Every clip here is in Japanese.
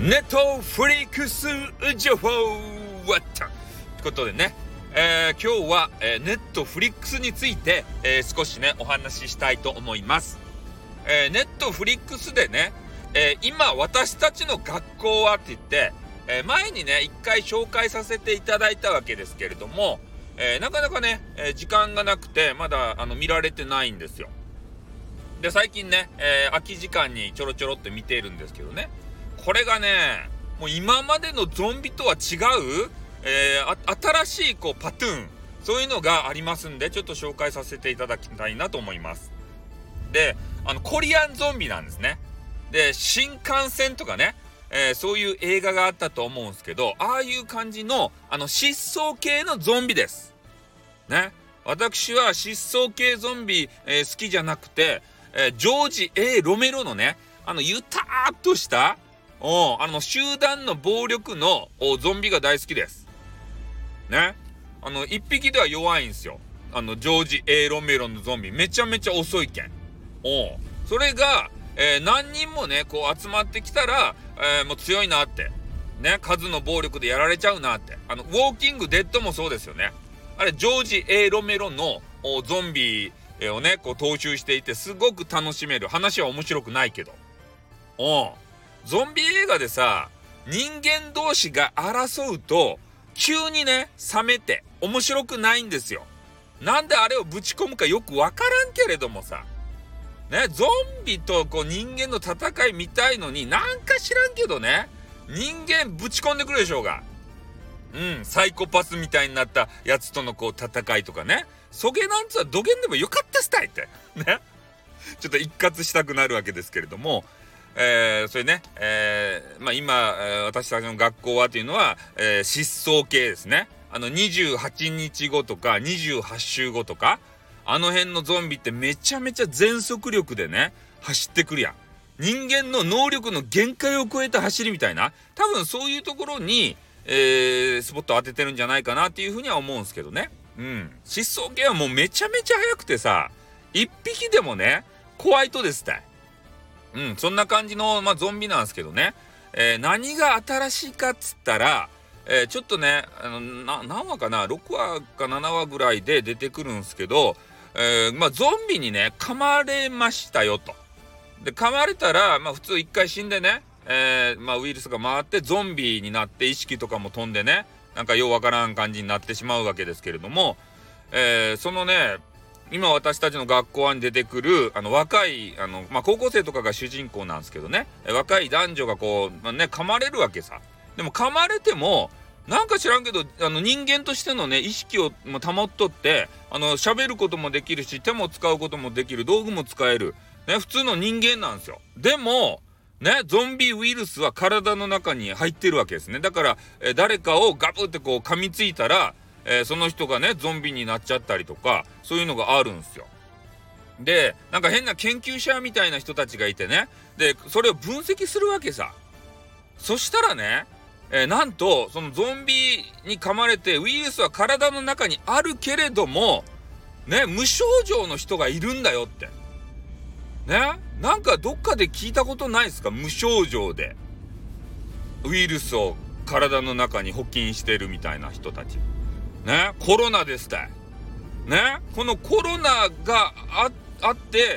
ネットフリックス情報はということでね、今日は、ネットフリックスについて、少しねお話ししたいと思います。ネットフリックスでね、今私たちの学校はって言って、前にね一回紹介させていただいたわけですけれども、なかなかね、時間がなくてまだ見られてないんですよ。で最近ね、空き時間にちょろちょろって見ているんですけどね、これがねもう今までのゾンビとは違う、新しいパトゥーン、そういうのがありますんで、ちょっと紹介させていただきたいなと思います。でコリアンゾンビなんですね。で新幹線とかね、そういう映画があったと思うんですけど、ああいう感じの疾走系のゾンビですね。私は疾走系ゾンビ、好きじゃなくて、ジョージ・ A ・ロメロのねゆたーっとした集団の暴力のゾンビが大好きですね。一匹では弱いんですよ。ジョージ・ A ・ロメロのゾンビめちゃめちゃ遅いけん。それが、何人もね集まってきたら、もう強いなってね、数の暴力でやられちゃうなって。ウォーキングデッドもそうですよね。あれジョージ・ A ・ロメロのゾンビをね踏襲していて、すごく楽しめる。話は面白くないけど、ゾンビ映画でさ、人間同士が争うと急にね冷めて面白くないんですよ。なんであれをぶち込むかよくわからんけれどもさね、ゾンビと人間の戦い見たいのに、なんか知らんけどね、人間ぶち込んでくるでしょうが。サイコパスみたいになったやつとの戦いとかね、そげなんつはどげんでもよかったしたいってね、ちょっと一括したくなるわけですけれども、それね、今、私たちの学校はというのは、疾走系ですね。28日後とか28週後とか、あの辺のゾンビってめちゃめちゃ全速力でね走ってくるやん。人間の能力の限界を超えた走りみたいな、多分そういうところに、スポット当ててるんじゃないかなっていうふうには思うんですけどね。疾走系はもうめちゃめちゃ速くてさ、一匹でもね怖いとですたい。そんな感じの、ゾンビなんですけどね、何が新しいかっつったら、ちょっとね何話かな、6話か7話ぐらいで出てくるんですけど、ゾンビにね噛まれましたよと。で噛まれたら普通一回死んでね、ウイルスが回ってゾンビになって意識とかも飛んでね、なんかようわからん感じになってしまうわけですけれども、そのね今私たちの学校に出てくる若い高校生とかが主人公なんですけどね、若い男女が噛まれるわけさ。でも噛まれてもなんか知らんけど人間としてのね意識を保っとって喋ることもできるし、手も使うこともできる、道具も使えるね、普通の人間なんですよ。でもねゾンビウイルスは体の中に入ってるわけですね。だから、誰かをガブって噛みついたら、その人がねゾンビになっちゃったりとか、そういうのがあるんですよ。でなんか変な研究者みたいな人たちがいてね、でそれを分析するわけさ。そしたらね、なんとそのゾンビに噛まれてウイルスは体の中にあるけれどもね、無症状の人がいるんだよってね。なんかどっかで聞いたことないですか？無症状でウイルスを体の中に保菌してるみたいな人たちね。コロナですたいね。このコロナがあって、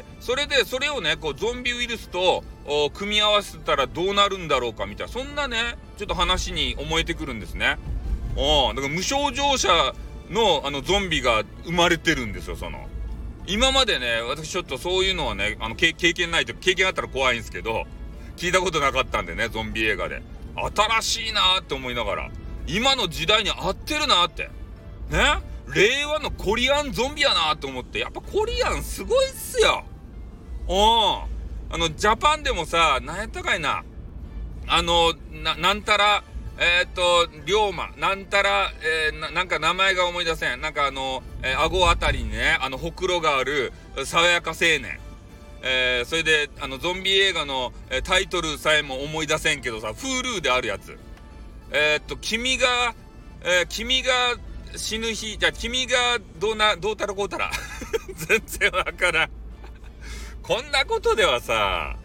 それをねゾンビウイルスと組み合わせたらどうなるんだろうかみたいな、そんなねちょっと話に思えてくるんですね。だから無症状者のゾンビが生まれてるんですよ。今までね私ちょっとそういうのはね経験ないと、経験あったら怖いんですけど、聞いたことなかったんでね、ゾンビ映画で新しいなーって思いながら、今の時代に合ってるなーってね、令和のコリアンゾンビやなーって思って、やっぱコリアンすごいっすよ。ジャパンでもさ、何やったかいな、なんたら龍馬なんたら、なんか名前が思い出せん。なんか顎あたりにねほくろがある爽やか青年、それでゾンビ映画のタイトルさえも思い出せんけどさ、Huluであるやつ、君が死ぬ日、じゃあ君がどうたらこうたら全然わからんこんなことではさ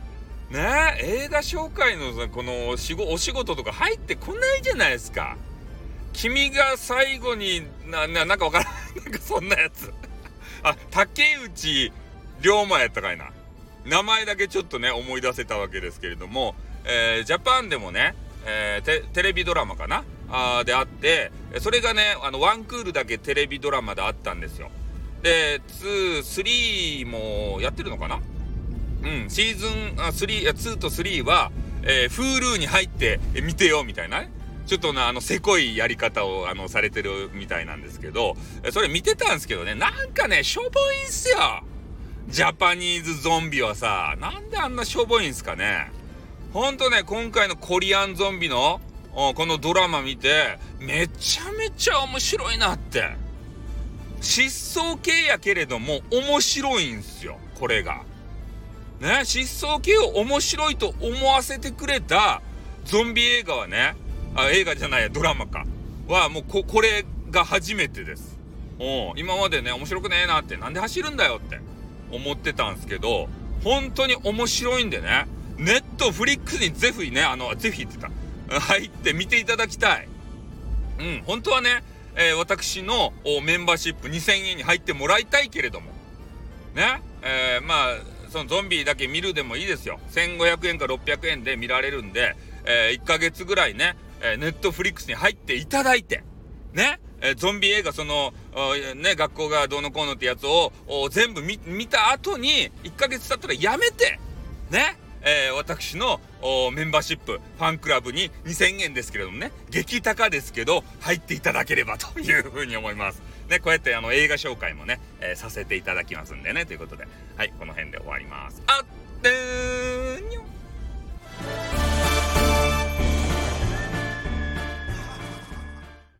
ね、映画紹介のこのお仕事とか入ってこないじゃないですか。君が最後になんかわからない。なんかそんなやつ。竹内涼真やったかいな。名前だけちょっとね、思い出せたわけですけれども、ジャパンでもね、テレビドラマかなであって、それがね、ワンクールだけテレビドラマであったんですよ。で、2、3もやってるのかな？シーズン2と3は、Hulu に入って見てよみたいなね。ちょっとせこいやり方をされてるみたいなんですけど、それ見てたんですけどね、なんかね、しょぼいんすよ。ジャパニーズゾンビはさ、なんであんなしょぼいんすかね。ほんとね、今回のコリアンゾンビのこのドラマ見て、めちゃめちゃ面白いなって。失踪系やけれども面白いんすよ、これが。ね、失踪系を面白いと思わせてくれたゾンビ映画はね、映画じゃないや、ドラマか。はもうこれが初めてです。今までね、面白くねえなって、なんで走るんだよって思ってたんですけど、本当に面白いんでね、ネットフリックスにぜひね、ぜひ言ってた。入って見ていただきたい。本当はね、私のメンバーシップ2000円に入ってもらいたいけれども。ね、まあ、そのゾンビだけ見るでもいいですよ。1500円か600円で見られるんで、1ヶ月ぐらいね、ネットフリックスに入っていただいて、ね、ゾンビ映画ね、学校がどうのこうのってやつを全部見た後に、1ヶ月経ったらやめて、ね、私のメンバーシップ、ファンクラブに2000円ですけれどもね、激高ですけど、入っていただければというふうに思います。ね、こうやって映画紹介もね、させていただきますんでね、ということで、はい、この辺で終わります。あってー